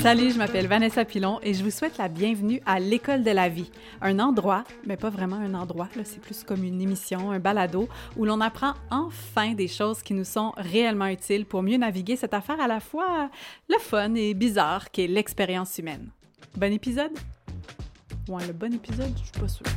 Salut, je m'appelle Vanessa Pilon et je vous souhaite la bienvenue à l'École de la vie. Un endroit, mais pas vraiment un endroit, là, c'est plus comme une émission, un balado, où l'on apprend enfin des choses qui nous sont réellement utiles pour mieux naviguer cette affaire à la fois le fun et bizarre qu'est l'expérience humaine. Bon épisode? Ouais, le bon épisode, je suis pas sûre.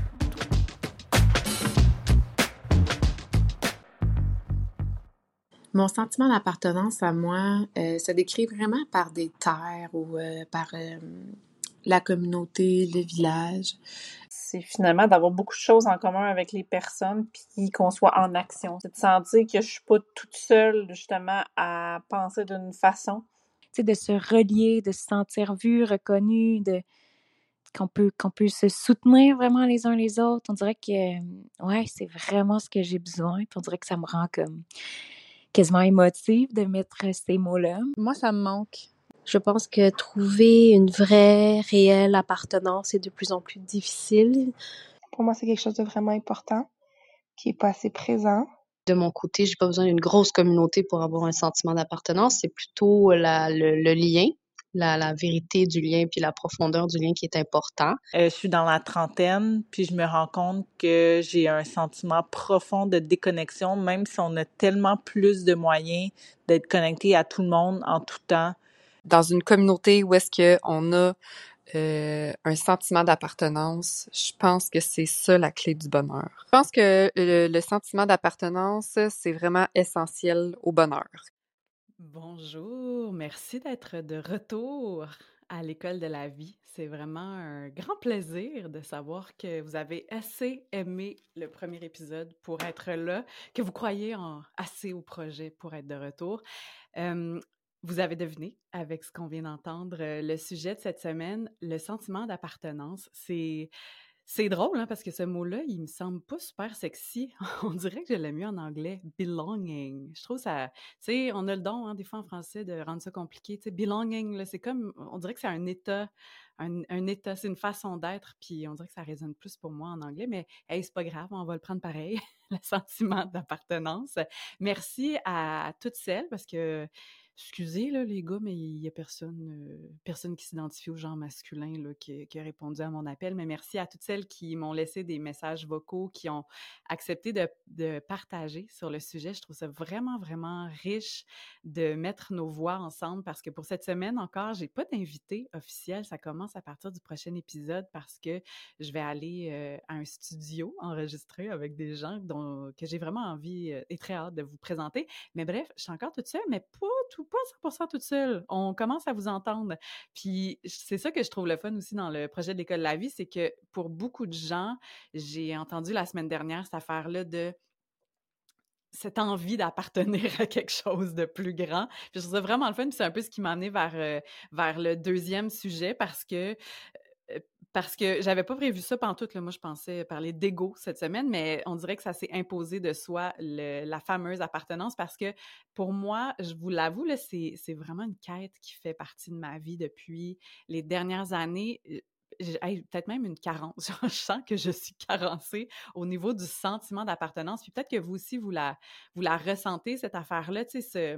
Mon sentiment d'appartenance à moi se décrit vraiment par des terres ou par la communauté, le village. C'est finalement d'avoir beaucoup de choses en commun avec les personnes puis qu'on soit en action. C'est de sentir que je suis pas toute seule, justement, à penser d'une façon. Tu sais, de se relier, de se sentir vu, reconnu, qu'on peut se soutenir vraiment les uns les autres. On dirait que, ouais, c'est vraiment ce que j'ai besoin. Puis on dirait que ça me rend comme quasiment émotive de mettre ces mots-là. Moi, ça me manque. Je pense que trouver une vraie, réelle appartenance est de plus en plus difficile. Pour moi, c'est quelque chose de vraiment important, qui est pas assez présent. De mon côté, j'ai pas besoin d'une grosse communauté pour avoir un sentiment d'appartenance. C'est plutôt le lien, la vérité du lien puis la profondeur du lien qui est important. Je suis dans la trentaine, puis je me rends compte que j'ai un sentiment profond de déconnexion, même si on a tellement plus de moyens d'être connecté à tout le monde en tout temps. Dans une communauté où est-ce qu'on a un sentiment d'appartenance, je pense que c'est ça la clé du bonheur. Je pense que le sentiment d'appartenance, c'est vraiment essentiel au bonheur. Bonjour, merci d'être de retour à l'École de la vie. C'est vraiment un grand plaisir de savoir que vous avez assez aimé le premier épisode pour être là, que vous croyez assez au projet pour être de retour. Vous avez deviné, avec ce qu'on vient d'entendre, le sujet de cette semaine, le sentiment d'appartenance. C'est drôle, hein, parce que ce mot-là, il me semble pas super sexy. On dirait que je l'aime mieux en anglais. Belonging. Je trouve ça... Tu sais, on a le don, hein, des fois en français, de rendre ça compliqué. Tu sais, belonging, là, c'est comme... On dirait que c'est un état. Un état, c'est une façon d'être. Puis on dirait que ça résonne plus pour moi en anglais. Mais, hey, c'est pas grave, on va le prendre pareil. Le sentiment d'appartenance. Merci à toutes celles, parce que... Excusez, là, les gars, mais il y a personne qui s'identifie au genre masculin là, qui a répondu à mon appel. Mais merci à toutes celles qui m'ont laissé des messages vocaux, qui ont accepté de partager sur le sujet. Je trouve ça vraiment, vraiment riche de mettre nos voix ensemble parce que pour cette semaine encore, j'ai pas d'invité officiel. Ça commence à partir du prochain épisode parce que je vais aller à un studio enregistrer avec des gens que j'ai vraiment envie et très hâte de vous présenter. Mais bref, je suis encore toute seule, mais pas 100% toute seule. On commence à vous entendre. Puis c'est ça que je trouve le fun aussi dans le projet de l'École de la vie, c'est que pour beaucoup de gens, j'ai entendu la semaine dernière cette affaire-là de cette envie d'appartenir à quelque chose de plus grand. Puis je trouve ça vraiment le fun. Puis c'est un peu ce qui m'a amené vers le deuxième sujet parce que j'avais pas prévu ça pantoute, là. Moi, je pensais parler d'ego cette semaine, mais on dirait que ça s'est imposé de soi, la fameuse appartenance, parce que pour moi, je vous l'avoue, là, c'est vraiment une quête qui fait partie de ma vie depuis les dernières années. Peut-être même une carence. Je sens que je suis carencée au niveau du sentiment d'appartenance. Puis peut-être que vous aussi, vous la ressentez, cette affaire-là, tu sais,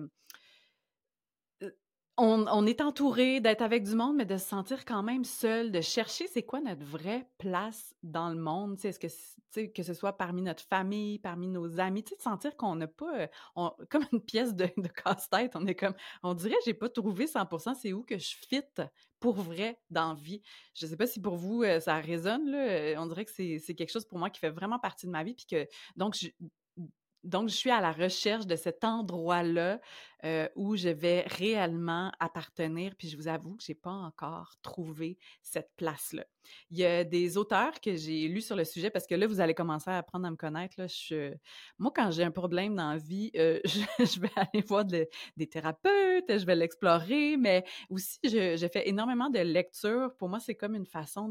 on est entouré, d'être avec du monde, mais de se sentir quand même seul, de chercher c'est quoi notre vraie place dans le monde. Tu sais, est-ce que, tu sais, que ce soit parmi notre famille, parmi nos amis, tu sais, de sentir qu'on n'a pas, comme une pièce de casse-tête, on est comme, on dirait, j'ai pas trouvé 100% c'est où que je fit pour vrai dans la vie. Je sais pas si pour vous, ça résonne, là. On dirait que c'est quelque chose pour moi qui fait vraiment partie de ma vie, puis que, donc, je suis à la recherche de cet endroit-là où je vais réellement appartenir, puis je vous avoue que j'ai pas encore trouvé cette place-là. Il y a des auteurs que j'ai lus sur le sujet, parce que là, vous allez commencer à apprendre à me connaître. Là, moi, quand j'ai un problème dans la vie, je vais aller voir des thérapeutes, je vais l'explorer, mais aussi, je fais énormément de lectures. Pour moi, c'est comme une façon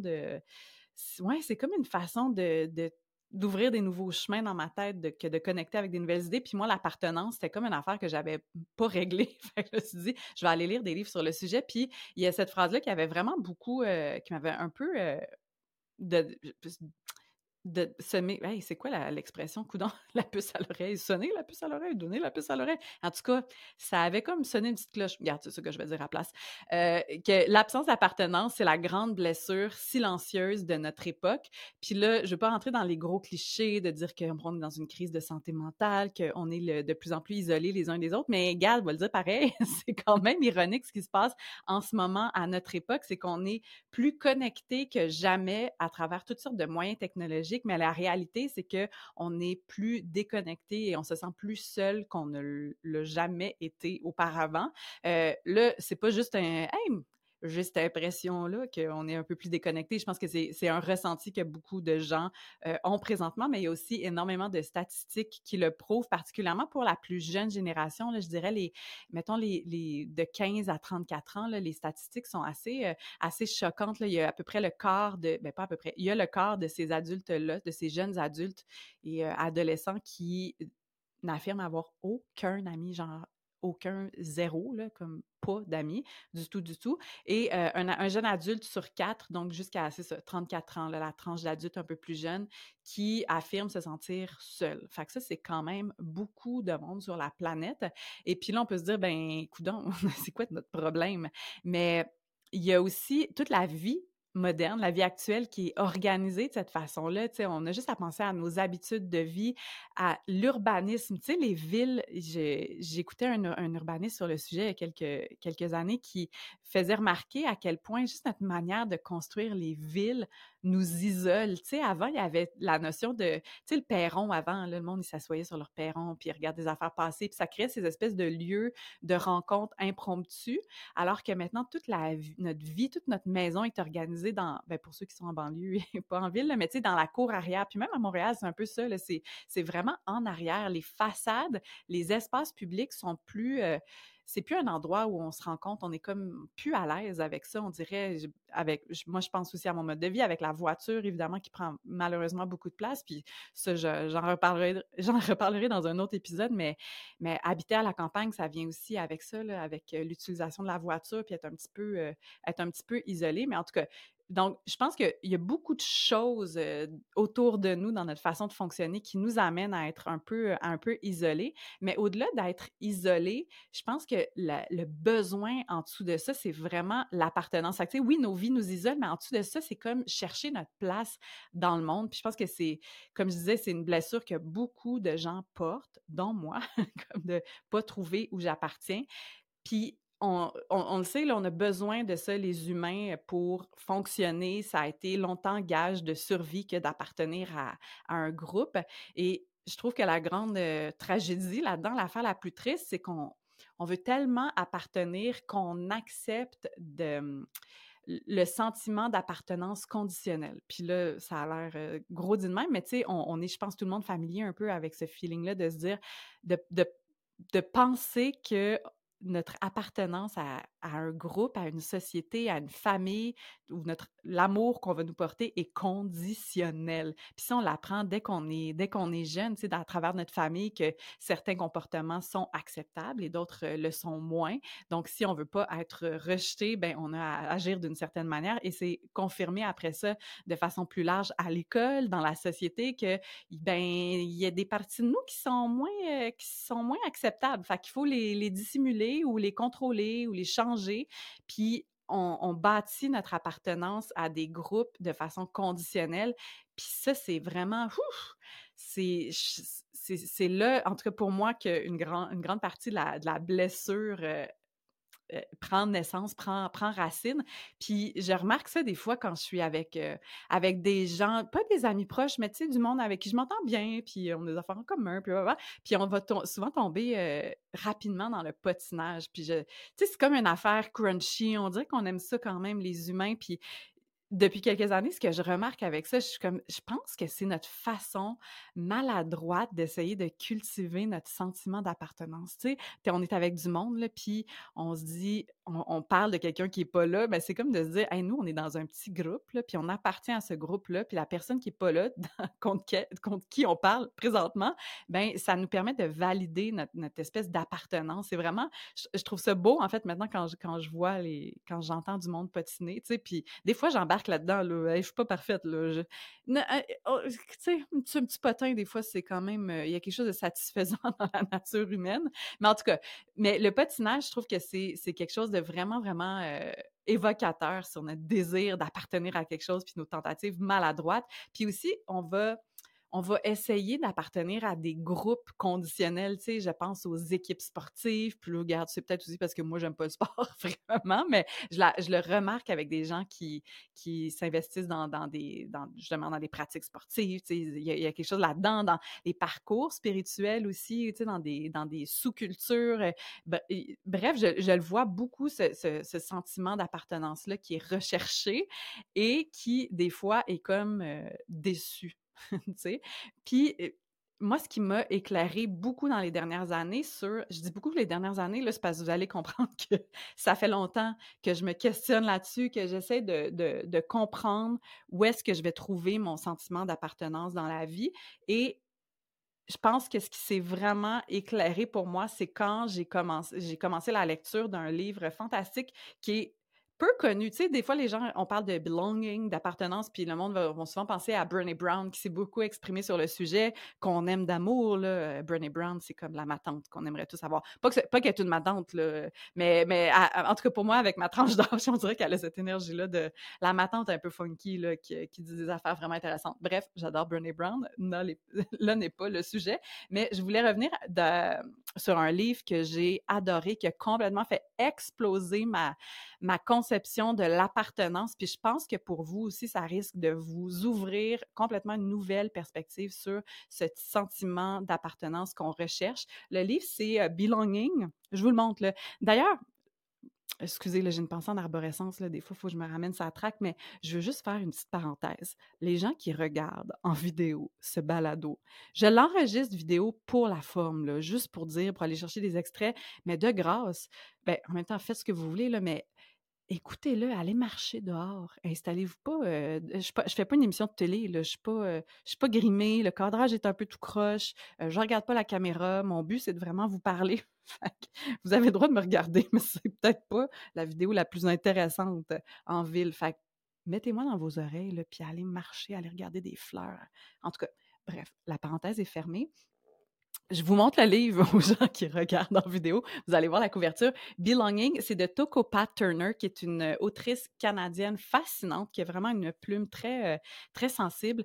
d'ouvrir des nouveaux chemins dans ma tête, que de connecter avec des nouvelles idées. Puis moi, l'appartenance, c'était comme une affaire que j'avais pas réglée. Fait que je me suis dit, je vais aller lire des livres sur le sujet. Puis il y a cette phrase-là qui avait vraiment beaucoup, qui m'avait un peu de semer, hey, c'est quoi l'expression, coudonc, la puce à l'oreille, sonner la puce à l'oreille, donner la puce à l'oreille. En tout cas, ça avait comme sonné une petite cloche. Regarde, c'est ça que je vais dire à la place. Que l'absence d'appartenance, c'est la grande blessure silencieuse de notre époque. Puis là, je ne veux pas rentrer dans les gros clichés de dire qu'on est dans une crise de santé mentale, qu'on est de plus en plus isolés les uns des autres, mais Gad va le dire pareil, c'est quand même ironique ce qui se passe en ce moment à notre époque, c'est qu'on est plus connectés que jamais à travers toutes sortes de moyens technologiques, mais la réalité, c'est qu'on est plus déconnecté et on se sent plus seul qu'on ne l'a jamais été auparavant. Là, c'est pas juste un « Hey, j'ai cette impression-là qu'on est un peu plus déconnecté ». Je pense que c'est un ressenti que beaucoup de gens ont présentement, mais il y a aussi énormément de statistiques qui le prouvent, particulièrement pour la plus jeune génération. Là, je dirais, mettons, les de 15 à 34 ans, là, les statistiques sont assez choquantes. Là. Il y a à peu près le quart pas à peu près, il y a le quart de ces adultes-là, de ces jeunes adultes et adolescents qui n'affirment avoir aucun ami, genre aucun, zéro, là, comme pas d'amis, du tout. Et un jeune adulte sur 4, donc jusqu'à 34 ans, là, la tranche d'adultes un peu plus jeunes, qui affirme se sentir seul. Fait que ça, c'est quand même beaucoup de monde sur la planète. Et puis là, on peut se dire, ben, coudonc, c'est quoi notre problème? Mais il y a aussi toute la vie moderne, la vie actuelle qui est organisée de cette façon-là. Tu sais, on a juste à penser à nos habitudes de vie, à l'urbanisme. Tu sais, les villes, j'écoutais un urbaniste sur le sujet il y a quelques années qui faisait remarquer à quel point juste notre manière de construire les villes nous isole. Tu sais, avant, il y avait la notion de, tu sais, le perron avant, là, le monde, il s'assoyait sur leur perron, puis il regardait des affaires passer, puis ça créait ces espèces de lieux de rencontres impromptues, alors que maintenant, notre vie, toute notre maison est organisée pour ceux qui sont en banlieue et pas en ville, là, mais tu sais, dans la cour arrière. Puis même à Montréal, c'est un peu ça, là, c'est vraiment en arrière. Les façades, les espaces publics sont plus... c'est plus un endroit où on se rend compte, on est comme plus à l'aise avec ça, on dirait, moi je pense aussi à mon mode de vie, avec la voiture, évidemment, qui prend malheureusement beaucoup de place, puis ça, j'en reparlerai dans un autre épisode, mais habiter à la campagne, ça vient aussi avec ça, là, avec l'utilisation de la voiture, puis être un petit peu isolé, mais en tout cas, donc, je pense qu'il y a beaucoup de choses autour de nous dans notre façon de fonctionner qui nous amènent à être un peu isolés. Mais au-delà d'être isolés, je pense que le besoin en dessous de ça, c'est vraiment l'appartenance. Fait que, tu sais, oui, nos vies nous isolent, mais en dessous de ça, c'est comme chercher notre place dans le monde. Puis je pense que c'est, comme je disais, c'est une blessure que beaucoup de gens portent, dont moi, comme de pas trouver où j'appartiens. Puis on le sait, là, on a besoin de ça, les humains, pour fonctionner. Ça a été longtemps gage de survie que d'appartenir à un groupe. Et je trouve que la grande tragédie là-dedans, l'affaire la plus triste, c'est qu'on veut tellement appartenir qu'on accepte le sentiment d'appartenance conditionnelle. Puis là, ça a l'air gros dit de même, mais tu sais, on est, je pense, tout le monde familier un peu avec ce feeling-là de se dire, de penser que notre appartenance à un groupe, à une société, à une famille, ou l'amour qu'on va nous porter est conditionnel. Puis ça, on l'apprend dès qu'on est jeune, tu sais, à travers notre famille, que certains comportements sont acceptables et d'autres le sont moins. Donc, si on veut pas être rejeté, ben on a à agir d'une certaine manière, et c'est confirmé après ça de façon plus large à l'école, dans la société, que ben il y a des parties de nous qui sont moins acceptables. Fait qu'il faut les dissimuler ou les contrôler ou les changer. Puis on bâtit notre appartenance à des groupes de façon conditionnelle. Puis ça, c'est vraiment... c'est là, en tout cas pour moi, qu'une grande partie de la blessure prend naissance, prend racine. Puis je remarque ça des fois quand je suis avec des gens, pas des amis proches, mais tu sais, du monde avec qui je m'entends bien, puis on a des affaires en commun, puis on va souvent tomber rapidement dans le potinage. Puis tu sais, c'est comme une affaire crunchy. On dirait qu'on aime ça quand même, les humains. Puis depuis quelques années, ce que je remarque avec ça, je pense que c'est notre façon maladroite d'essayer de cultiver notre sentiment d'appartenance. Tu sais, on est avec du monde, là, puis on se dit, on parle de quelqu'un qui est pas là, ben c'est comme de se dire: «Hey, nous, on est dans un petit groupe, là, puis on appartient à ce groupe-là, puis la personne qui est pas là, contre qui on parle présentement, ben ça nous permet de valider notre espèce d'appartenance». C'est vraiment je trouve ça beau, en fait, maintenant quand je vois quand j'entends du monde patiner, tu sais, puis des fois, j'embarque là-dedans, là. Hey, je suis pas parfaite, là. Tu sais, un petit potin, des fois, c'est quand même... Il y a quelque chose de satisfaisant dans la nature humaine. Mais en tout cas, mais le patinage, je trouve que c'est quelque chose de vraiment, vraiment évocateur sur notre désir d'appartenir à quelque chose puis nos tentatives maladroites. Puis aussi, on va essayer d'appartenir à des groupes conditionnels, tu sais, je pense aux équipes sportives, puis là, regarde, c'est peut-être aussi parce que moi, j'aime pas le sport vraiment, mais je le remarque avec des gens qui s'investissent justement dans des pratiques sportives, tu sais, il y a quelque chose là-dedans, dans les parcours spirituels aussi, tu sais, dans des sous-cultures. Bref, je le vois beaucoup, ce sentiment d'appartenance-là qui est recherché et qui, des fois, est comme déçu. Tu sais? Puis, moi, ce qui m'a éclairé beaucoup dans les dernières années je dis beaucoup les dernières années, là, c'est parce que vous allez comprendre que ça fait longtemps que je me questionne là-dessus, que j'essaie de comprendre où est-ce que je vais trouver mon sentiment d'appartenance dans la vie. Et je pense que ce qui s'est vraiment éclairé pour moi, c'est quand j'ai commencé la lecture d'un livre fantastique qui est peu connu. Tu sais, des fois, les gens, on parle de belonging, d'appartenance, puis le monde va souvent penser à Brené Brown, qui s'est beaucoup exprimé sur le sujet, qu'on aime d'amour, là. Brené Brown, c'est comme la matante qu'on aimerait tous avoir. Pas qu'elle est une matante, là, mais en tout cas, pour moi, avec ma tranche d'âge, on dirait qu'elle a cette énergie-là de la matante un peu funky, là, qui dit des affaires vraiment intéressantes. Bref, j'adore Brené Brown. Là n'est pas le sujet, mais je voulais revenir sur un livre que j'ai adoré, qui a complètement fait exploser ma conception de l'appartenance. Puis je pense que pour vous aussi, ça risque de vous ouvrir complètement une nouvelle perspective sur ce sentiment d'appartenance qu'on recherche. Le livre, c'est Belonging. Je vous le montre, là. D'ailleurs, excusez, là, j'ai une pensée en arborescence, là, des fois, il faut que je me ramène ça traque, mais je veux juste faire une petite parenthèse. Les gens qui regardent en vidéo ce balado, je l'enregistre vidéo pour la forme, là, juste pour dire, pour aller chercher des extraits, mais de grâce, ben, en même temps, faites ce que vous voulez, là, mais écoutez-le, allez marcher dehors, installez-vous pas, je fais pas une émission de télé, là, je suis pas grimée, le cadrage est un peu tout croche, je regarde pas la caméra, mon but, c'est de vraiment vous parler. Fait que vous avez le droit de me regarder, mais c'est peut-être pas la vidéo la plus intéressante en ville. Fait que mettez-moi dans vos oreilles, là, puis allez marcher, allez regarder des fleurs. En tout cas, bref, la parenthèse est fermée. Je vous montre le livre aux gens qui regardent en vidéo. Vous allez voir la couverture. Belonging, c'est de Toko Pat Turner, qui est une autrice canadienne fascinante, qui a vraiment une plume très, très sensible.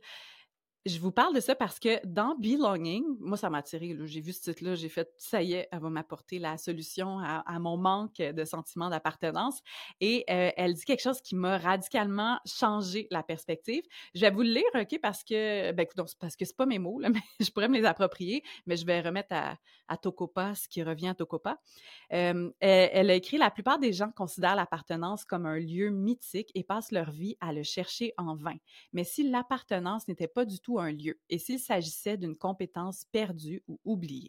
Je vous parle de ça parce que dans Belonging, moi, ça m'a attiré, là. J'ai vu ce titre-là, j'ai fait, ça y est, elle va m'apporter la solution à mon manque de sentiment d'appartenance. Et elle dit quelque chose qui m'a radicalement changé la perspective. Je vais vous le lire, OK, parce que, parce que c'est pas mes mots, là, mais je pourrais me les approprier, mais je vais remettre à Tokopa ce qui revient à Tokopa. Elle a écrit: la plupart des gens considèrent l'appartenance comme un lieu mythique et passent leur vie à le chercher en vain. Mais si l'appartenance n'était pas du tout un lieu et s'il s'agissait d'une compétence perdue ou oubliée.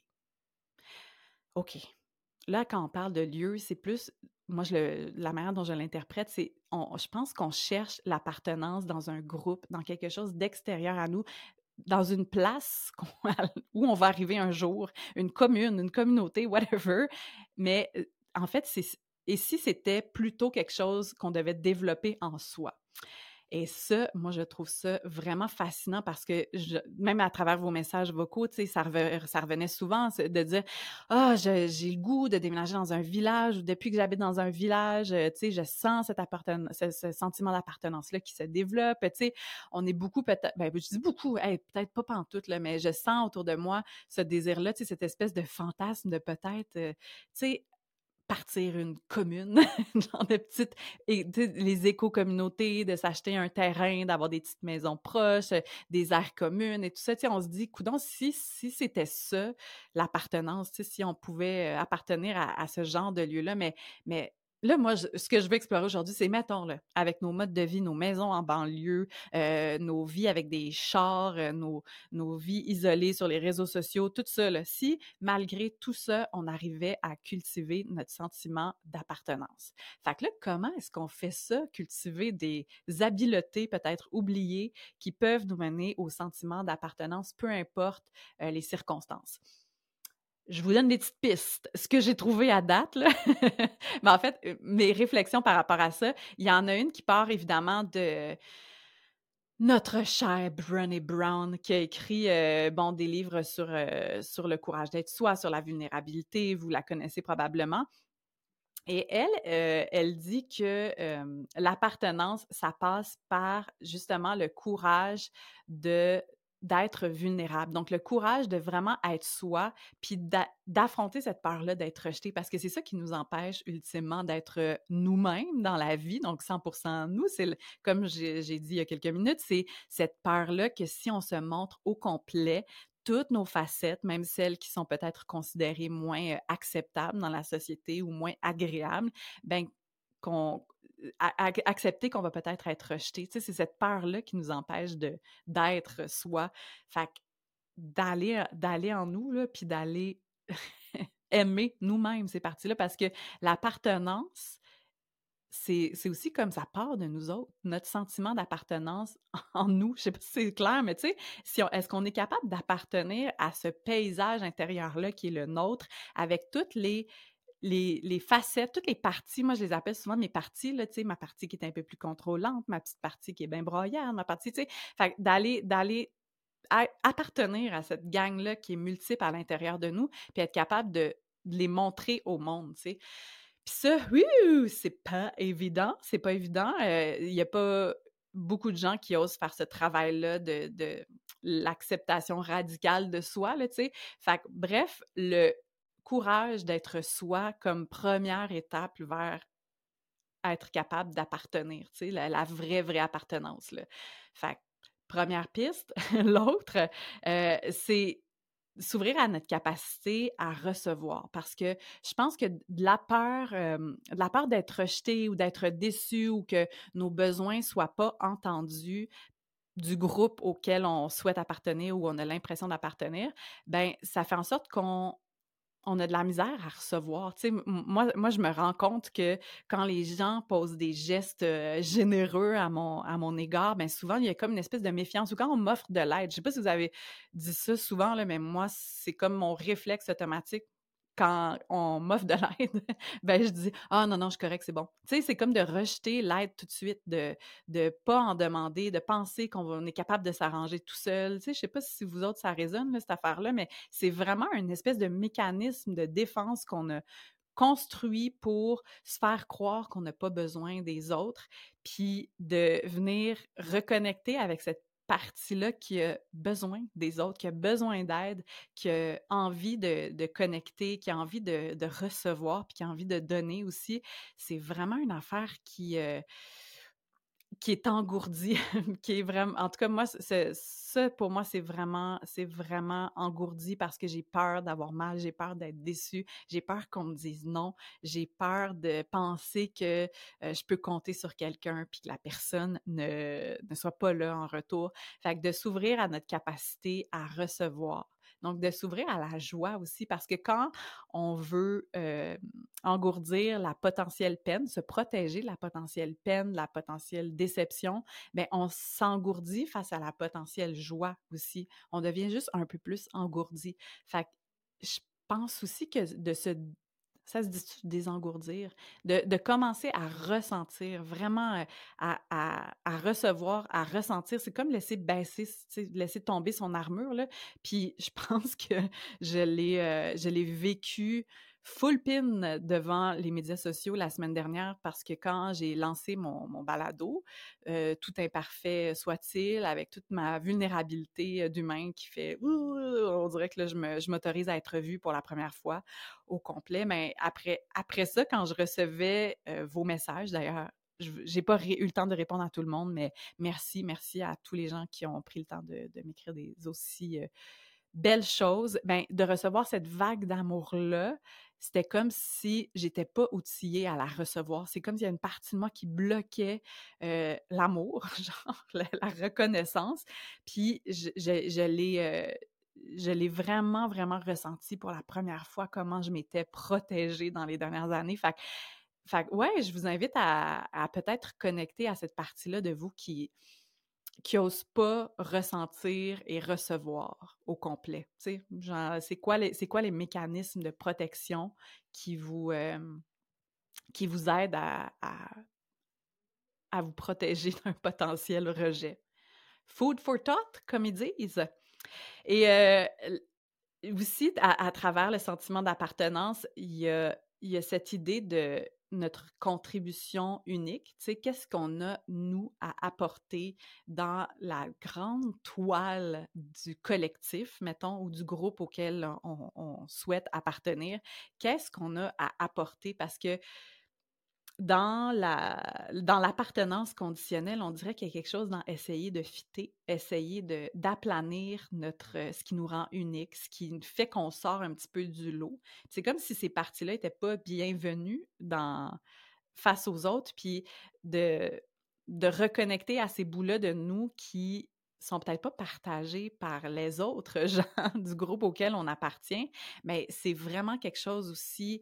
OK. Là, quand on parle de lieu, c'est plus... Moi, la manière dont je l'interprète, c'est... je pense qu'on cherche l'appartenance dans un groupe, dans quelque chose d'extérieur à nous, dans une place où on va arriver un jour, une commune, une communauté, whatever. Mais en fait, et si c'était plutôt quelque chose qu'on devait développer en soi? Et ça, moi, je trouve ça vraiment fascinant parce que même à travers vos messages vocaux, tu sais, ça revenait souvent de dire: ah, j'ai le goût de déménager dans un village, ou depuis que j'habite dans un village, tu sais, je sens ce sentiment d'appartenance-là qui se développe. Tu sais, on est beaucoup, peut-être, ben, je dis beaucoup, peut-être pas pantoute, là, mais je sens autour de moi ce désir-là, tu sais, cette espèce de fantasme de peut-être, tu sais, partir une commune, genre de petites, et les éco-communautés, de s'acheter un terrain, d'avoir des petites maisons proches, des aires communes et tout ça. Tu sais, on se dit, coudonc, si c'était ça, l'appartenance, tu sais, si on pouvait appartenir à ce genre de lieu-là, mais Là, moi, ce que je veux explorer aujourd'hui, c'est, mettons, là, avec nos modes de vie, nos maisons en banlieue, nos vies avec des chars, nos vies isolées sur les réseaux sociaux, tout ça, là, si, malgré tout ça, on arrivait à cultiver notre sentiment d'appartenance. Fait que là, comment est-ce qu'on fait ça, cultiver des habiletés peut-être oubliées qui peuvent nous mener au sentiment d'appartenance, peu importe les circonstances? Je vous donne des petites pistes. Ce que j'ai trouvé à date, là, mais en fait, mes réflexions par rapport à ça, il y en a une qui part évidemment de notre cher Brené Brown, qui a écrit bon, des livres sur le courage d'être soi, sur la vulnérabilité. Vous la connaissez probablement. Et elle dit que l'appartenance, ça passe par justement le courage d'être vulnérable. Donc, le courage de vraiment être soi, puis d'affronter cette peur-là d'être rejeté, parce que c'est ça qui nous empêche ultimement d'être nous-mêmes dans la vie, donc 100% nous. Comme j'ai dit il y a quelques minutes, c'est cette peur-là que si on se montre au complet, toutes nos facettes, même celles qui sont peut-être considérées moins acceptables dans la société ou moins agréables, ben accepter qu'on va peut-être être rejeté. Tu sais, c'est cette peur-là qui nous empêche d'être soi. Fait que d'aller en nous, là, puis d'aller aimer nous-mêmes ces parties-là, parce que l'appartenance, c'est aussi comme ça part de nous autres, notre sentiment d'appartenance en nous. Je sais pas si c'est clair, mais tu sais, est-ce qu'on est capable d'appartenir à ce paysage intérieur-là qui est le nôtre, avec toutes les facettes, toutes les parties, moi je les appelle souvent mes parties, là, tu sais, ma partie qui est un peu plus contrôlante, ma petite partie qui est bien broyarde, ma partie, tu sais, fait que d'aller appartenir à cette gang-là qui est multiple à l'intérieur de nous, puis être capable de les montrer au monde, tu sais. Puis ça, c'est pas évident, c'est pas évident. Il y a pas beaucoup de gens qui osent faire ce travail-là de l'acceptation radicale de soi, là, tu sais. Fait que, bref, le courage d'être soi comme première étape vers être capable d'appartenir, tu sais, la vraie appartenance, là. Fait que, première piste. L'autre, c'est s'ouvrir à notre capacité à recevoir, parce que je pense que de la peur d'être rejeté ou d'être déçu ou que nos besoins soient pas entendus du groupe auquel on souhaite appartenir ou on a l'impression d'appartenir, ben ça fait en sorte qu'on a de la misère à recevoir. Tu sais, moi, je me rends compte que quand les gens posent des gestes généreux à mon égard, bien souvent, il y a comme une espèce de méfiance. Ou quand on m'offre de l'aide, je sais pas si vous avez dit ça souvent, là, mais moi, c'est comme mon réflexe automatique. Quand on m'offre de l'aide, ben je dis « Ah non, non, je suis correct, c'est bon. » Tu sais, c'est comme de rejeter l'aide tout de suite, de pas en demander, de penser qu'on est capable de s'arranger tout seul. Tu sais, je sais pas si vous autres, ça résonne, là, cette affaire-là, mais c'est vraiment une espèce de mécanisme de défense qu'on a construit pour se faire croire qu'on n'a pas besoin des autres, puis de venir reconnecter avec cette partie-là qui a besoin des autres, qui a besoin d'aide, qui a envie de connecter, qui a envie de recevoir, puis qui a envie de donner aussi. C'est vraiment une affaire qui est engourdi, qui est vraiment... En tout cas, moi, ça, pour moi, c'est vraiment engourdi parce que j'ai peur d'avoir mal, j'ai peur d'être déçue, j'ai peur qu'on me dise non, j'ai peur de penser que je peux compter sur quelqu'un puis que la personne ne soit pas là en retour. Fait que de s'ouvrir à notre capacité à recevoir. Donc, de s'ouvrir à la joie aussi, parce que quand on veut engourdir la potentielle peine, se protéger de la potentielle peine, de la potentielle déception, bien, on s'engourdit face à la potentielle joie aussi. On devient juste un peu plus engourdi. Fait que je pense aussi que ça se dit désengourdir, de commencer à ressentir, vraiment à recevoir, à ressentir. C'est comme laisser baisser, tu sais, laisser tomber son armure, là. Puis je pense que je l'ai vécu full pin devant les médias sociaux la semaine dernière, parce que quand j'ai lancé mon balado, tout imparfait soit-il, avec toute ma vulnérabilité d'humain qui fait on dirait que là, je m'autorise à être vue pour la première fois au complet. Mais après ça, quand je recevais vos messages, d'ailleurs, j'ai pas eu le temps de répondre à tout le monde, mais merci à tous les gens qui ont pris le temps de m'écrire des aussi belles choses, ben de recevoir cette vague d'amour-là, c'était comme si j'étais pas outillée à la recevoir. C'est comme s'il y a une partie de moi qui bloquait l'amour, genre la reconnaissance. Puis je l'ai vraiment, vraiment ressenti pour la première fois, comment je m'étais protégée dans les dernières années. Fait que ouais, je vous invite à peut-être connecter à cette partie-là de vous qui n'ose pas ressentir et recevoir au complet. Tu sais, genre, c'est quoi les mécanismes de protection qui vous aident à vous protéger d'un potentiel rejet? Food for thought, comme ils disent. Et aussi, à travers le sentiment d'appartenance, il y a cette idée de notre contribution unique. Tu sais, qu'est-ce qu'on a, nous, à apporter dans la grande toile du collectif, mettons, ou du groupe auquel on souhaite appartenir? Qu'est-ce qu'on a à apporter? Parce que dans l'appartenance conditionnelle, on dirait qu'il y a quelque chose dans essayer de fitter, essayer d'aplanir ce qui nous rend unique, ce qui fait qu'on sort un petit peu du lot. C'est comme si ces parties-là n'étaient pas bienvenues face aux autres, puis de reconnecter à ces bouts-là de nous qui sont peut-être pas partagés par les autres gens du groupe auquel on appartient, mais c'est vraiment quelque chose aussi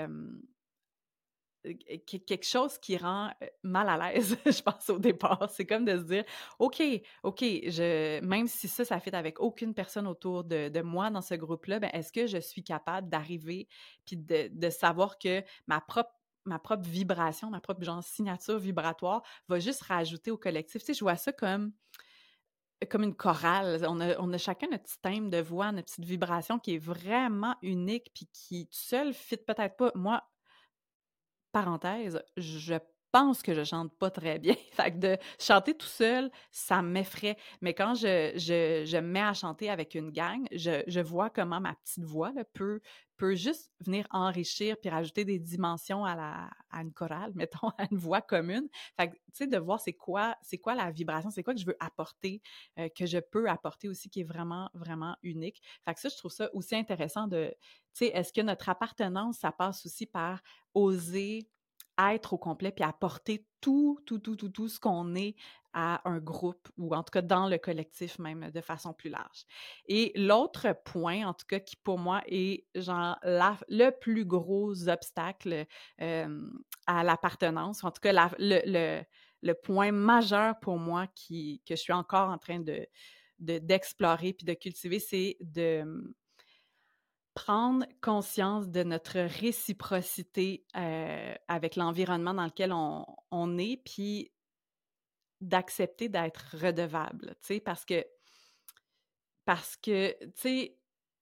quelque chose qui rend mal à l'aise, je pense, au départ. C'est comme de se dire, OK, même si ça fit avec aucune personne autour de moi dans ce groupe-là, ben, est-ce que je suis capable d'arriver puis de savoir que ma propre vibration, ma propre genre signature vibratoire va juste rajouter au collectif. Tu sais, je vois ça comme une chorale. On a chacun notre petit thème de voix, notre petite vibration qui est vraiment unique puis qui, tout seul, fit peut-être pas. Moi, parenthèse, je pense que je chante pas très bien. Fait que de chanter tout seul, ça m'effraie. Mais quand je me mets à chanter avec une gang, je vois comment ma petite voix là, peut juste venir enrichir puis rajouter des dimensions à une chorale, mettons, à une voix commune. Fait que, tu sais, de voir c'est quoi la vibration, c'est quoi que je veux apporter, que je peux apporter aussi, qui est vraiment, vraiment unique. Fait que ça, je trouve ça aussi intéressant de, tu sais, est-ce que notre appartenance, ça passe aussi par oser être au complet puis apporter tout ce qu'on est à un groupe ou en tout cas dans le collectif même de façon plus large. Et l'autre point, en tout cas, qui pour moi est genre le plus gros obstacle à l'appartenance, en tout cas le point majeur pour moi que je suis encore en train d'explorer puis de cultiver, c'est de prendre conscience de notre réciprocité avec l'environnement dans lequel on est, puis d'accepter d'être redevable, tu sais, parce que, tu sais,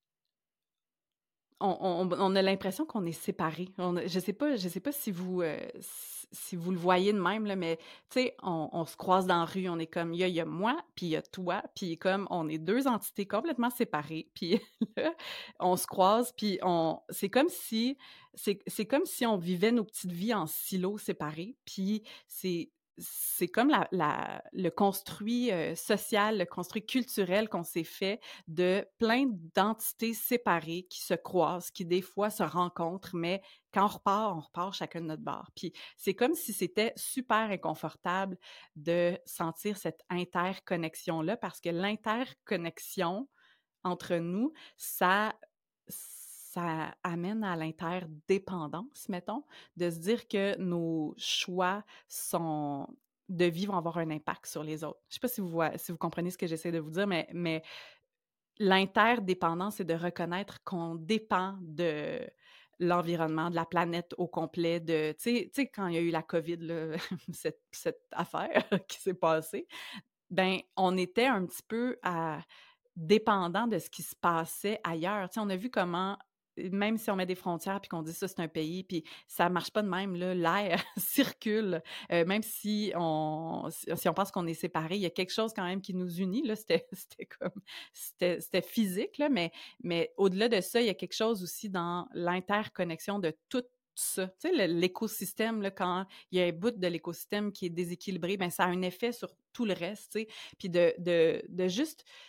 on a l'impression qu'on est séparés. Je sais pas si vous le voyez de même, là, mais tu sais, on se croise dans la rue, on est comme, il y a moi, puis il y a toi, puis comme on est deux entités complètement séparées, puis là, on se croise, puis c'est comme si on vivait nos petites vies en silos séparés, puis c'est comme le construit social, le construit culturel qu'on s'est fait de plein d'entités séparées qui se croisent, qui des fois se rencontrent, mais quand on repart chacun de notre bord. Puis c'est comme si c'était super inconfortable de sentir cette interconnexion-là, parce que l'interconnexion entre nous, ça amène à l'interdépendance, mettons, de se dire que nos choix de vie vont avoir un impact sur les autres. Je ne sais pas si vous comprenez ce que j'essaie de vous dire, mais l'interdépendance, c'est de reconnaître qu'on dépend de l'environnement, de la planète au complet, tu sais, quand il y a eu la COVID, là, cette affaire qui s'est passée, ben on était un petit peu dépendant de ce qui se passait ailleurs. Tu sais, on a vu comment, même si on met des frontières puis qu'on dit ça, c'est un pays, puis ça marche pas de même, là, l'air circule. Même si on pense qu'on est séparés, il y a quelque chose quand même qui nous unit, là, c'était physique, là, mais au-delà de ça, il y a quelque chose aussi dans l'interconnexion de tout ça. Tu sais, l'écosystème, là, quand il y a un bout de l'écosystème qui est déséquilibré, ben ça a un effet sur tout le reste, tu sais. Puis de juste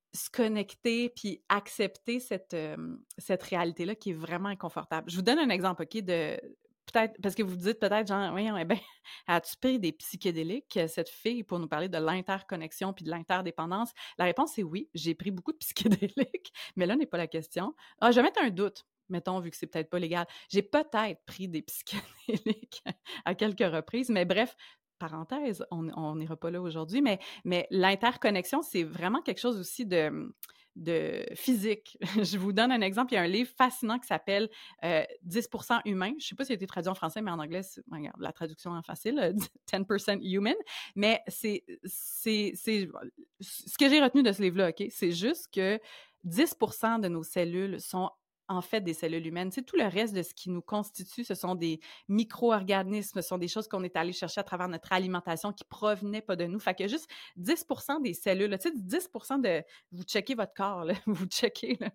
se connecter puis accepter cette réalité-là qui est vraiment inconfortable. Je vous donne un exemple, OK, de peut-être, parce que vous dites peut-être, genre, voyons, eh bien, as-tu pris des psychédéliques, cette fille, pour nous parler de l'interconnexion puis de l'interdépendance? La réponse est oui, j'ai pris beaucoup de psychédéliques, mais là n'est pas la question. Ah, je vais mettre un doute, mettons, vu que c'est peut-être pas légal. J'ai peut-être pris des psychédéliques à quelques reprises, mais bref, parenthèse, on n'ira pas là aujourd'hui, mais l'interconnexion, c'est vraiment quelque chose aussi de physique. Je vous donne un exemple. Il y a un livre fascinant qui s'appelle 10% humain. Je ne sais pas s'il a été traduit en français, mais en anglais, regarde, la traduction est facile, 10% human. Mais c'est ce que j'ai retenu de ce livre-là, OK? C'est juste que 10% de nos cellules sont en fait des cellules humaines. Tu sais, tout le reste de ce qui nous constitue, ce sont des micro-organismes, ce sont des choses qu'on est allé chercher à travers notre alimentation qui provenaient pas de nous. Fait que juste 10% des cellules, tu sais, 10% de... Vous checkez votre corps, là, vous checkez là,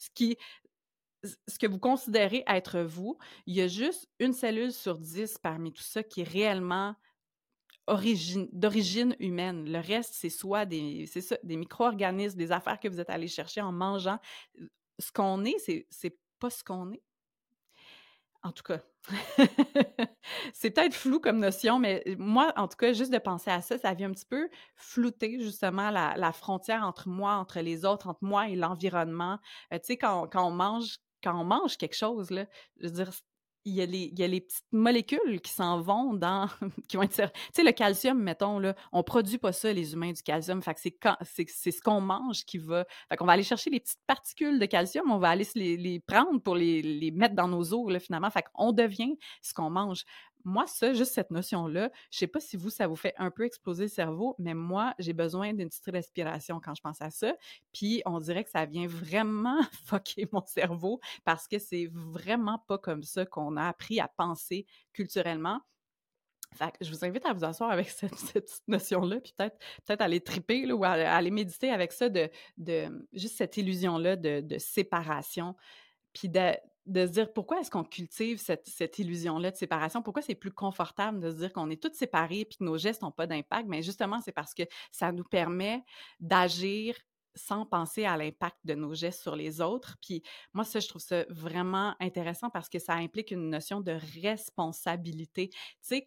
ce que vous considérez être vous. Il y a juste une cellule sur 10 parmi tout ça qui est réellement d'origine humaine. Le reste, c'est soit des micro-organismes, des affaires que vous êtes allés chercher en mangeant. Ce qu'on est, c'est pas ce qu'on est. En tout cas, c'est peut-être flou comme notion, mais moi, en tout cas, juste de penser à ça, ça vient un petit peu flouter justement la frontière entre moi, entre les autres, entre moi et l'environnement. Tu sais, quand on mange quelque chose, là, je veux dire, il y a les petites molécules qui s'en vont qui vont être... Tu sais, le calcium, mettons, là, on produit pas ça, les humains, du calcium. Fait que c'est ce qu'on mange qui va... Fait qu'on va aller chercher les petites particules de calcium, on va aller les prendre pour les mettre dans nos os, là, finalement. Fait qu'on devient ce qu'on mange. Moi, ça, juste cette notion-là, je sais pas si ça vous fait un peu exploser le cerveau, mais moi, j'ai besoin d'une petite respiration quand je pense à ça. Puis, on dirait que ça vient vraiment fucker mon cerveau parce que c'est vraiment pas comme ça qu'on a appris à penser culturellement. Fait que je vous invite à vous asseoir avec cette petite notion-là, puis peut-être aller triper là, ou aller méditer avec ça, de juste cette illusion-là de séparation, puis de se dire pourquoi est-ce qu'on cultive cette illusion-là de séparation, pourquoi c'est plus confortable de se dire qu'on est tous séparés puis que nos gestes n'ont pas d'impact. Bien justement, c'est parce que ça nous permet d'agir sans penser à l'impact de nos gestes sur les autres. Puis moi, ça, je trouve ça vraiment intéressant parce que ça implique une notion de responsabilité. Tu sais,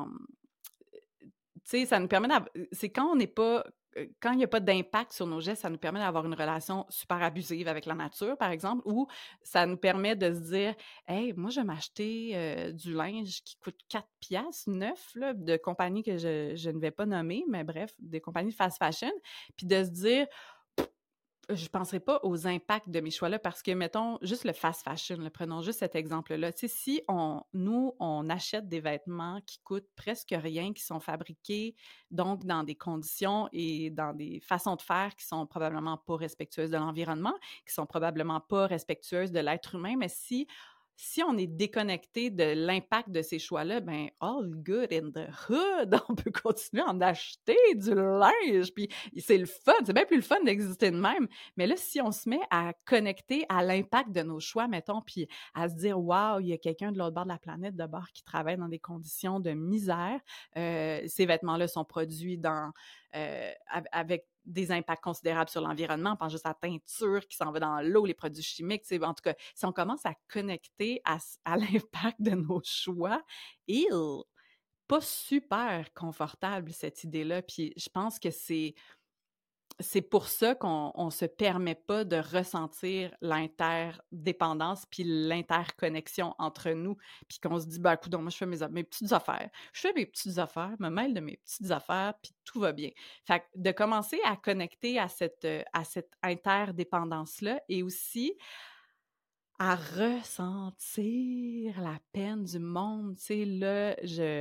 ça nous permet c'est quand on n'est pas... Quand il n'y a pas d'impact sur nos gestes, ça nous permet d'avoir une relation super abusive avec la nature, par exemple, ou ça nous permet de se dire « Hey, moi, je vais m'acheter du linge qui coûte 4 piastres, neuf, là, de compagnies que je ne vais pas nommer, mais bref, des compagnies de fast fashion. » Puis de se dire je ne penserai pas aux impacts de mes choix-là parce que, mettons, juste le fast fashion, là, prenons juste cet exemple-là. Tu sais, si on achète des vêtements qui coûtent presque rien, qui sont fabriqués donc dans des conditions et dans des façons de faire qui sont probablement pas respectueuses de l'environnement, qui sont probablement pas respectueuses de l'être humain, mais si on est déconnecté de l'impact de ces choix-là, ben all good in the hood, on peut continuer à en acheter du linge, puis c'est le fun, c'est bien plus le fun d'exister de même. Mais là, si on se met à connecter à l'impact de nos choix, mettons, puis à se dire, waouh, il y a quelqu'un de l'autre bord de la planète de bord qui travaille dans des conditions de misère, ces vêtements-là sont produits avec des impacts considérables sur l'environnement. On pense juste à la teinture qui s'en va dans l'eau, les produits chimiques. En tout cas, si on commence à connecter à l'impact de nos choix, pas super confortable, cette idée-là. Puis je pense que c'est pour ça qu'on ne se permet pas de ressentir l'interdépendance puis l'interconnexion entre nous, puis qu'on se dit, ben, coudonc, moi, je fais mes petites affaires. Je fais mes petites affaires, me mêle de mes petites affaires, puis tout va bien. Fait que de commencer à connecter à cette interdépendance-là et aussi à ressentir la peine du monde. Tu sais, là,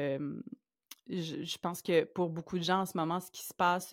je pense que pour beaucoup de gens en ce moment, ce qui se passe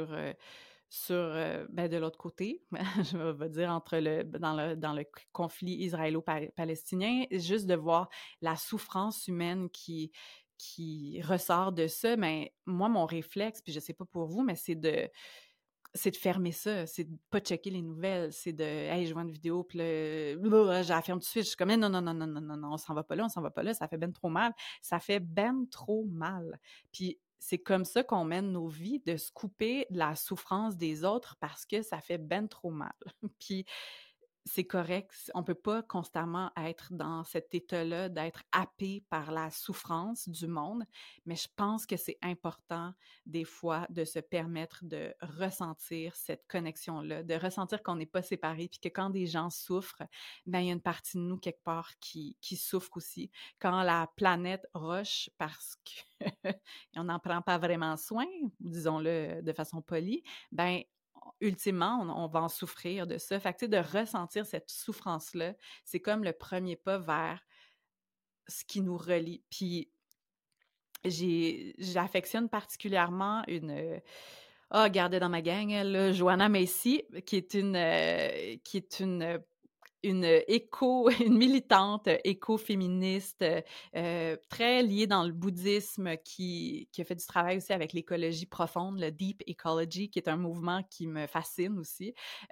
de l'autre côté, je vais dire dans le conflit israélo-palestinien, juste de voir la souffrance humaine qui ressort de ça, mais moi, mon réflexe, puis je sais pas pour vous, mais c'est de fermer ça, c'est de pas checker les nouvelles, c'est de « Hey, je vois une vidéo, puis là, je la ferme tout de suite. » Je suis comme « Non, non, non, non, non, non, non, on s'en va pas là, ça fait ben trop mal. » Ça fait ben trop mal. Puis c'est comme ça qu'on mène nos vies, de se couper de la souffrance des autres parce que ça fait ben trop mal. Puis c'est correct, on peut pas constamment être dans cet état-là, d'être happé par la souffrance du monde, mais je pense que c'est important des fois de se permettre de ressentir cette connexion-là, de ressentir qu'on n'est pas séparés, puis que quand des gens souffrent, ben il y a une partie de nous quelque part qui souffre aussi. Quand la planète roche parce que on n'en prend pas vraiment soin, disons-le de façon polie, ben ultimement, on va en souffrir de ça. Fait que, tu sais, de ressentir cette souffrance-là, c'est comme le premier pas vers ce qui nous relie. Puis, j'affectionne particulièrement gardez dans ma gang, là, Joanna Macy, qui est une militante écoféministe très liée dans le bouddhisme qui a fait du travail aussi avec l'écologie profonde, le Deep Ecology, qui est un mouvement qui me fascine aussi.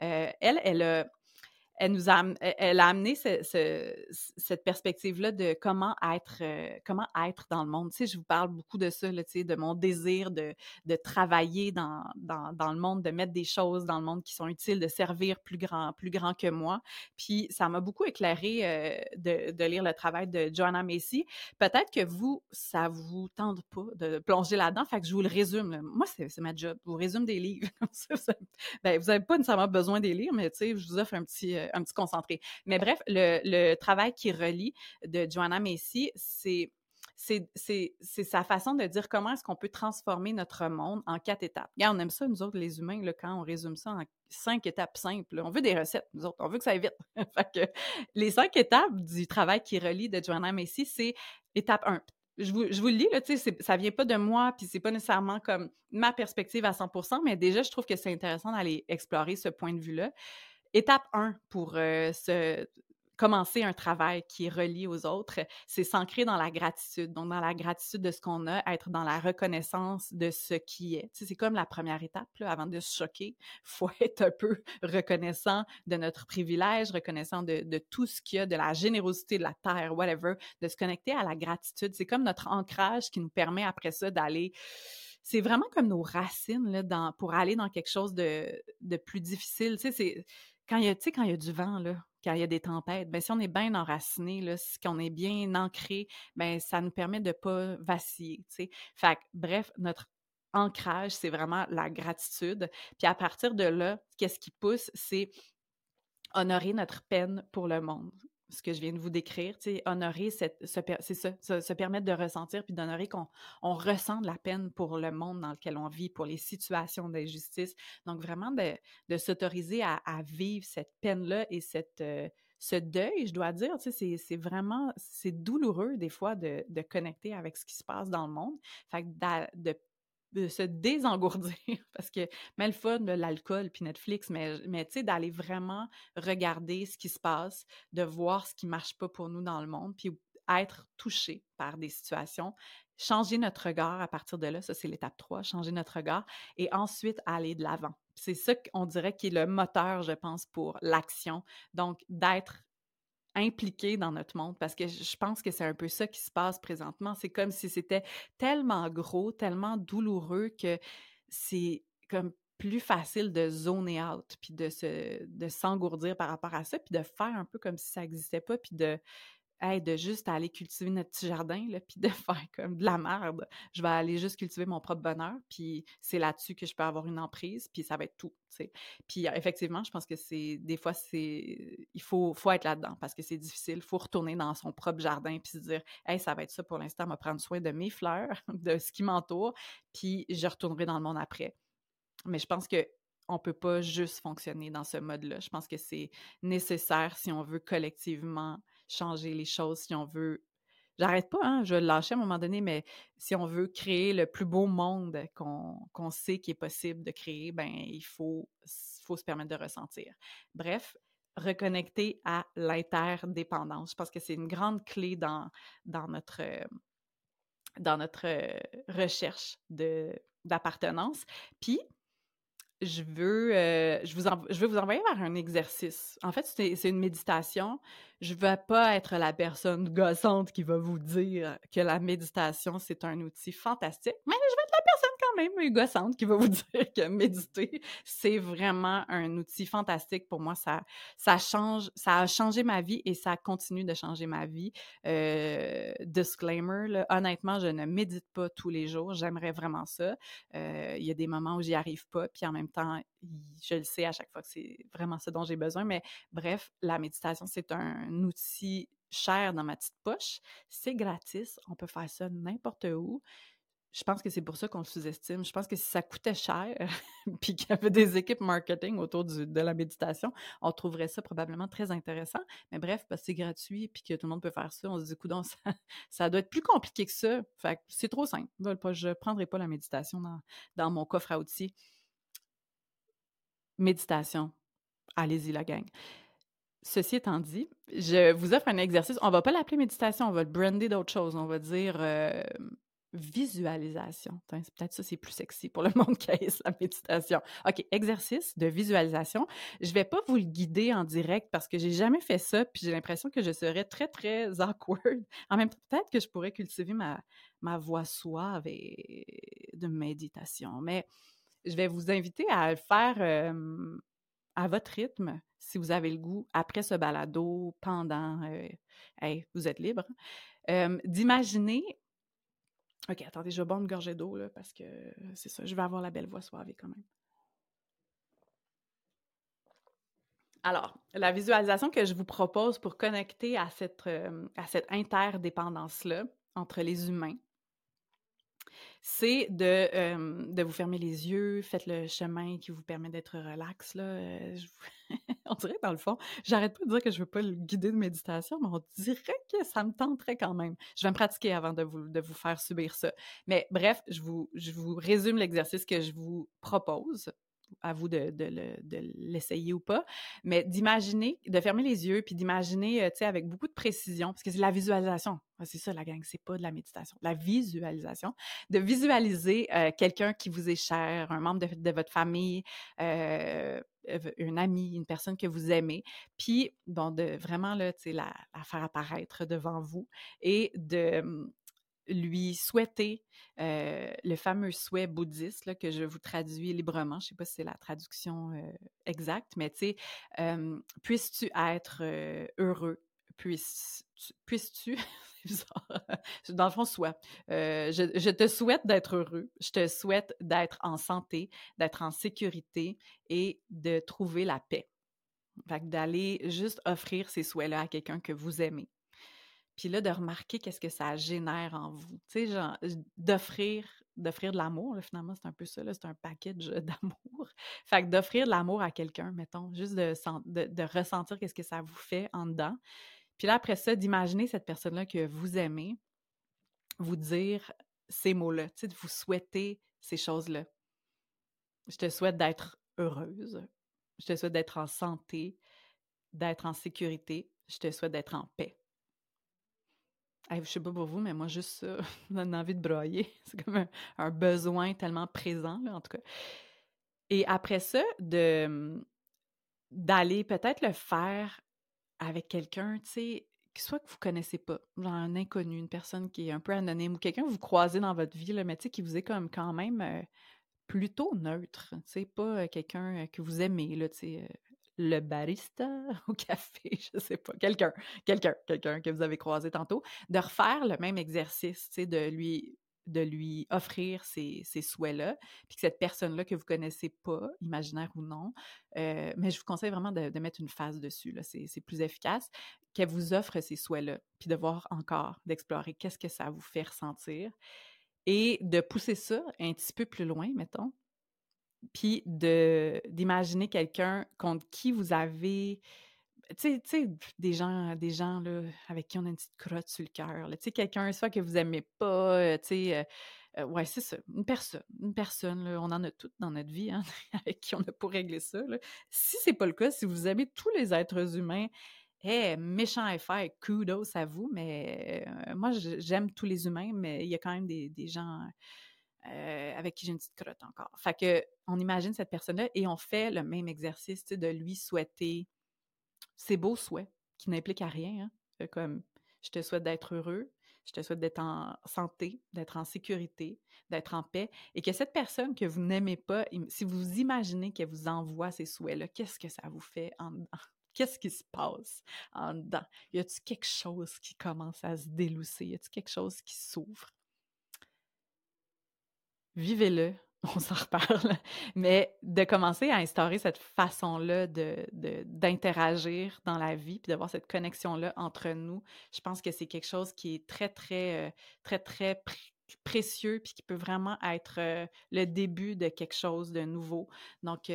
Elle a amené cette perspective-là de comment être dans le monde. Tu sais, je vous parle beaucoup de ça, là, tu sais, de mon désir de travailler dans le monde, de mettre des choses dans le monde qui sont utiles, de servir plus grand que moi. Puis ça m'a beaucoup éclairé de lire le travail de Joanna Macy. Peut-être que vous, ça vous tente pas de plonger là-dedans, fait que je vous le résume, là. Moi, c'est ma job. Je vous résume des livres. Ben, vous n'avez pas nécessairement besoin des lire, mais tu sais, je vous offre un petit concentré. Mais bref, le travail qui relie de Joanna Macy, c'est sa façon de dire comment est-ce qu'on peut transformer notre monde en 4 étapes. Regarde, on aime ça, nous autres, les humains, là, quand on résume ça en 5 étapes simples. Là. On veut des recettes, nous autres. On veut que ça aille vite. Fait que les 5 étapes du travail qui relie de Joanna Macy, c'est étape 1. Je vous le lis, là, tu sais, ça vient pas de moi, puis c'est pas nécessairement comme ma perspective à 100%, mais déjà, je trouve que c'est intéressant d'aller explorer ce point de vue-là. Étape 1 pour commencer un travail qui est relié aux autres, c'est s'ancrer dans la gratitude. Donc, dans la gratitude de ce qu'on a, être dans la reconnaissance de ce qui est. Tu sais, c'est comme la première étape, là, avant de se choquer. Il faut être un peu reconnaissant de notre privilège, reconnaissant de tout ce qu'il y a, de la générosité de la terre, whatever, de se connecter à la gratitude. C'est comme notre ancrage qui nous permet après ça d'aller... C'est vraiment comme nos racines là, pour aller dans quelque chose de plus difficile. Tu sais, c'est... Quand il y a du vent, là, quand il y a des tempêtes, ben, si on est bien enraciné, là, si on est bien ancré, ben, ça nous permet de ne pas vaciller, tu sais. Fait que, bref, notre ancrage, c'est vraiment la gratitude. Puis à partir de là, qu'est-ce qui pousse, c'est honorer notre peine pour le monde. Ce que je viens de vous décrire, tu sais, honorer se permettre de ressentir puis d'honorer qu'on ressent de la peine pour le monde dans lequel on vit, pour les situations d'injustice. Donc, vraiment de s'autoriser à vivre cette peine-là et ce deuil, je dois dire, tu sais, c'est douloureux des fois de connecter avec ce qui se passe dans le monde. Fait que de se désengourdir, parce que, mais le fun, l'alcool puis Netflix, mais tu sais, d'aller vraiment regarder ce qui se passe, de voir ce qui marche pas pour nous dans le monde, puis être touché par des situations, changer notre regard à partir de là, ça c'est l'étape 3, changer notre regard, et ensuite aller de l'avant. C'est ça qu'on dirait qui est le moteur, je pense, pour l'action, donc d'être impliqué dans notre monde, parce que je pense que c'est un peu ça qui se passe présentement. C'est comme si c'était tellement gros, tellement douloureux que c'est comme plus facile de zoner out, puis de s'engourdir par rapport à ça, puis de faire un peu comme si ça n'existait pas, puis de juste aller cultiver notre petit jardin, là, puis de faire comme de la merde. Je vais aller juste cultiver mon propre bonheur, puis c'est là-dessus que je peux avoir une emprise, puis ça va être tout, tu sais. Puis effectivement, je pense que des fois, il faut être là-dedans, parce que c'est difficile. Il faut retourner dans son propre jardin, puis se dire, hey, ça va être ça pour l'instant, on va prendre soin de mes fleurs, de ce qui m'entoure, puis je retournerai dans le monde après. Mais je pense que on peut pas juste fonctionner dans ce mode-là. Je pense que c'est nécessaire si on veut collectivement changer les choses, si on veut... J'arrête pas, hein, je vais le lâcher à un moment donné, mais si on veut créer le plus beau monde qu'on sait qu'il est possible de créer, ben il faut se permettre de ressentir. Bref, reconnecter à l'interdépendance. Je pense que c'est une grande clé dans notre recherche d'appartenance. Puis, je veux vous envoyer vers un exercice. En fait, c'est une méditation. Je ne veux pas être la personne gossante qui va vous dire que la méditation, c'est un outil fantastique, mais je vais être la personne quand même gossante qui va vous dire que méditer, c'est vraiment un outil fantastique pour moi. Ça a changé ma vie et ça continue de changer ma vie. Disclaimer, là, honnêtement, je ne médite pas tous les jours. J'aimerais vraiment ça. Il y a des moments où j'y arrive pas, puis en même temps, je le sais à chaque fois que c'est vraiment ça dont j'ai besoin. Mais bref, la méditation, c'est un outil cher dans ma petite poche. C'est gratis. On peut faire ça n'importe où. Je pense que c'est pour ça qu'on le sous-estime. Je pense que si ça coûtait cher, puis qu'il y avait des équipes marketing autour de la méditation, on trouverait ça probablement très intéressant. Mais bref, parce que c'est gratuit, puis que tout le monde peut faire ça, on se dit, coudonc, ça doit être plus compliqué que ça. Fait que c'est trop simple. Je ne prendrai pas la méditation dans mon coffre à outils. Méditation. Allez-y, la gang. Ceci étant dit, je vous offre un exercice. On ne va pas l'appeler méditation, on va le brander d'autre chose. On va dire visualisation. C'est peut-être ça, c'est plus sexy pour le monde qui haïsse la méditation. OK, exercice de visualisation. Je ne vais pas vous le guider en direct parce que j'ai jamais fait ça, puis j'ai l'impression que je serais très, très awkward. En même temps, peut-être que je pourrais cultiver ma voix suave et de méditation. Mais je vais vous inviter à le faire à votre rythme, si vous avez le goût, après ce balado, pendant, hey, vous êtes libre, d'imaginer. OK, attendez, je vais boire une gorgée d'eau, là, parce que c'est ça, je vais avoir la belle voix soivée quand même. Alors, la visualisation que je vous propose pour connecter à cette interdépendance-là entre les humains, c'est de vous fermer les yeux, faites le chemin qui vous permet d'être relax, là. On dirait, dans le fond, j'arrête pas de dire que je veux pas le guider de méditation, mais on dirait que ça me tenterait quand même. Je vais me pratiquer avant de vous faire subir ça. Mais bref, je vous résume l'exercice que je vous propose. À vous de l'essayer ou pas, mais d'imaginer, de fermer les yeux, puis d'imaginer, tu sais, avec beaucoup de précision, parce que c'est la visualisation. C'est ça, la gang, c'est pas de la méditation. La visualisation, de visualiser quelqu'un qui vous est cher, un membre de votre famille, un ami, une personne que vous aimez, puis, bon, de vraiment, là, tu sais, la faire apparaître devant vous et de lui souhaiter le fameux souhait bouddhiste là, que je vous traduis librement. Je ne sais pas si c'est la traduction exacte, mais tu sais, puisses-tu être heureux? Puisses-tu? C'est bizarre. Dans le fond, soit. Je te souhaite d'être heureux. Je te souhaite d'être en santé, d'être en sécurité et de trouver la paix. Fait que d'aller juste offrir ces souhaits-là à quelqu'un que vous aimez. Puis là, de remarquer qu'est-ce que ça génère en vous. Tu sais, genre, d'offrir de l'amour, là, finalement, c'est un peu ça, là, c'est un package d'amour. Fait que d'offrir de l'amour à quelqu'un, mettons, juste de ressentir qu'est-ce que ça vous fait en dedans. Puis là, après ça, d'imaginer cette personne-là que vous aimez, vous dire ces mots-là, tu sais, de vous souhaiter ces choses-là. Je te souhaite d'être heureuse. Je te souhaite d'être en santé, d'être en sécurité. Je te souhaite d'être en paix. Hey, je sais pas pour vous, mais moi, juste ça, ça donne envie de broyer. C'est comme un besoin tellement présent, là, en tout cas. Et après ça, d'aller peut-être le faire avec quelqu'un, tu sais, soit que vous connaissez pas, genre un inconnu, une personne qui est un peu anonyme, ou quelqu'un que vous croisez dans votre vie, là, mais tu sais, qui vous est comme quand même plutôt neutre, tu sais, pas quelqu'un que vous aimez, là, tu sais, le barista au café, je sais pas, quelqu'un que vous avez croisé tantôt, de refaire le même exercice, tu sais, de lui offrir ces souhaits-là, puis que cette personne-là que vous connaissez pas, imaginaire ou non, mais je vous conseille vraiment de mettre une face dessus, là, c'est plus efficace, qu'elle vous offre ces souhaits-là, puis de voir encore, d'explorer qu'est-ce que ça vous fait ressentir, et de pousser ça un petit peu plus loin, mettons, puis d'imaginer quelqu'un contre qui vous avez, tu sais, des gens là, avec qui on a une petite crotte sur le cœur, tu sais, quelqu'un soit que vous aimez pas, tu sais, ouais, c'est ça, une personne, là, on en a toutes dans notre vie, hein, avec qui on n'a pas réglé ça, là. Si c'est pas le cas, si vous aimez tous les êtres humains, méchant FR, kudos à vous, mais moi, j'aime tous les humains, mais il y a quand même des gens avec qui j'ai une petite crotte encore. Fait que on imagine cette personne-là et on fait le même exercice, tu sais, de lui souhaiter ses beaux souhaits qui n'impliquent à rien, hein. Comme je te souhaite d'être heureux, Je te souhaite d'être en santé, d'être en sécurité, d'être en paix et que cette personne que vous n'aimez pas, si vous imaginez qu'elle vous envoie ces souhaits-là, qu'est-ce que ça vous fait en dedans? Qu'est-ce qui se passe en dedans? Y a-t-il quelque chose qui commence à se délousser? Y a-t-il quelque chose qui s'ouvre? Vivez-le, on s'en reparle, mais de commencer à instaurer cette façon-là d'interagir dans la vie, puis d'avoir cette connexion-là entre nous, je pense que c'est quelque chose qui est très, très, très, très précieux, puis qui peut vraiment être le début de quelque chose de nouveau. Donc,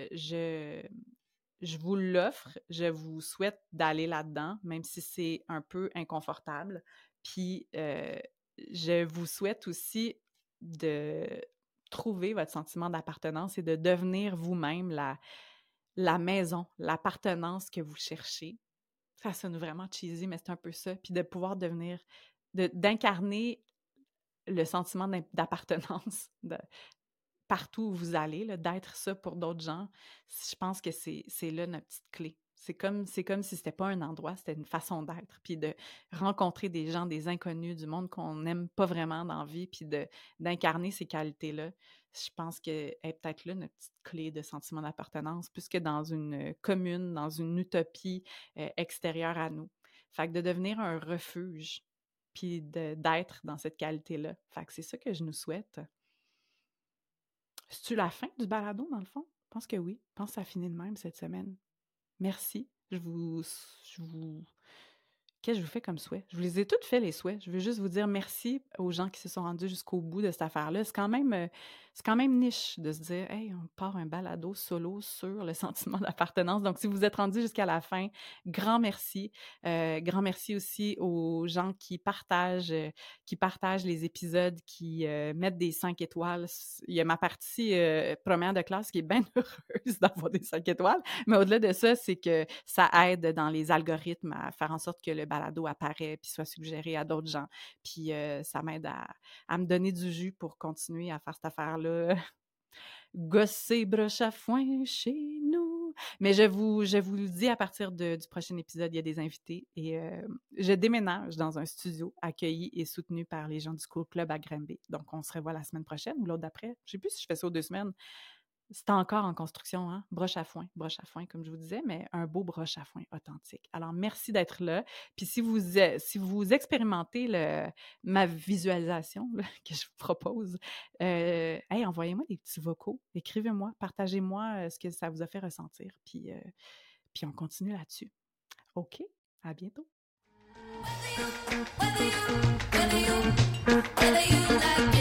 je vous l'offre, je vous souhaite d'aller là-dedans, même si c'est un peu inconfortable. Puis, je vous souhaite aussi de trouver votre sentiment d'appartenance et de devenir vous-même la maison, l'appartenance que vous cherchez. Ça sonne vraiment cheesy, mais c'est un peu ça. Puis de pouvoir d'incarner le sentiment d'appartenance partout où vous allez, là, d'être ça pour d'autres gens, je pense que c'est là notre petite clé. C'est comme si c'était pas un endroit, c'était une façon d'être, puis de rencontrer des gens, des inconnus, du monde qu'on n'aime pas vraiment dans la vie, puis d'incarner ces qualités-là. Je pense qu'elle est peut-être là notre petite clé de sentiment d'appartenance, plus que dans une commune, dans une utopie extérieure à nous. Fait que de devenir un refuge, puis d'être dans cette qualité-là. Fait que c'est ça que je nous souhaite. C'est-tu la fin du balado, dans le fond? Je pense que oui. Je pense que ça finit de même cette semaine. Merci. Qu'est-ce que je vous fais comme souhait? Je vous les ai toutes fait, les souhaits. Je veux juste vous dire merci aux gens qui se sont rendus jusqu'au bout de cette affaire-là. C'est quand même niche de se dire « Hey, on part un balado solo sur le sentiment d'appartenance. » Donc, si vous êtes rendus jusqu'à la fin, grand merci. Grand merci aussi aux gens qui partagent les épisodes, qui mettent des 5 étoiles. Il y a ma partie première de classe qui est bien heureuse d'avoir des 5 étoiles. Mais au-delà de ça, c'est que ça aide dans les algorithmes à faire en sorte que le balado apparaît puis soit suggéré à d'autres gens. Puis ça m'aide à me donner du jus pour continuer à faire cette affaire-là. Gosser broche à foin chez nous. Mais je vous le dis, à partir du prochain épisode, il y a des invités et je déménage dans un studio accueilli et soutenu par les gens du Cool Club à Granby. Donc, on se revoit la semaine prochaine ou l'autre d'après. Je ne sais plus si je fais ça aux 2 semaines. C'est encore en construction, hein? Broche à foin, comme je vous disais, mais un beau broche à foin authentique. Alors, merci d'être là. Puis si vous expérimentez ma visualisation là, que je vous propose, envoyez-moi des petits vocaux, écrivez-moi, partagez-moi ce que ça vous a fait ressentir. Puis on continue là-dessus. OK? À bientôt! Whether you like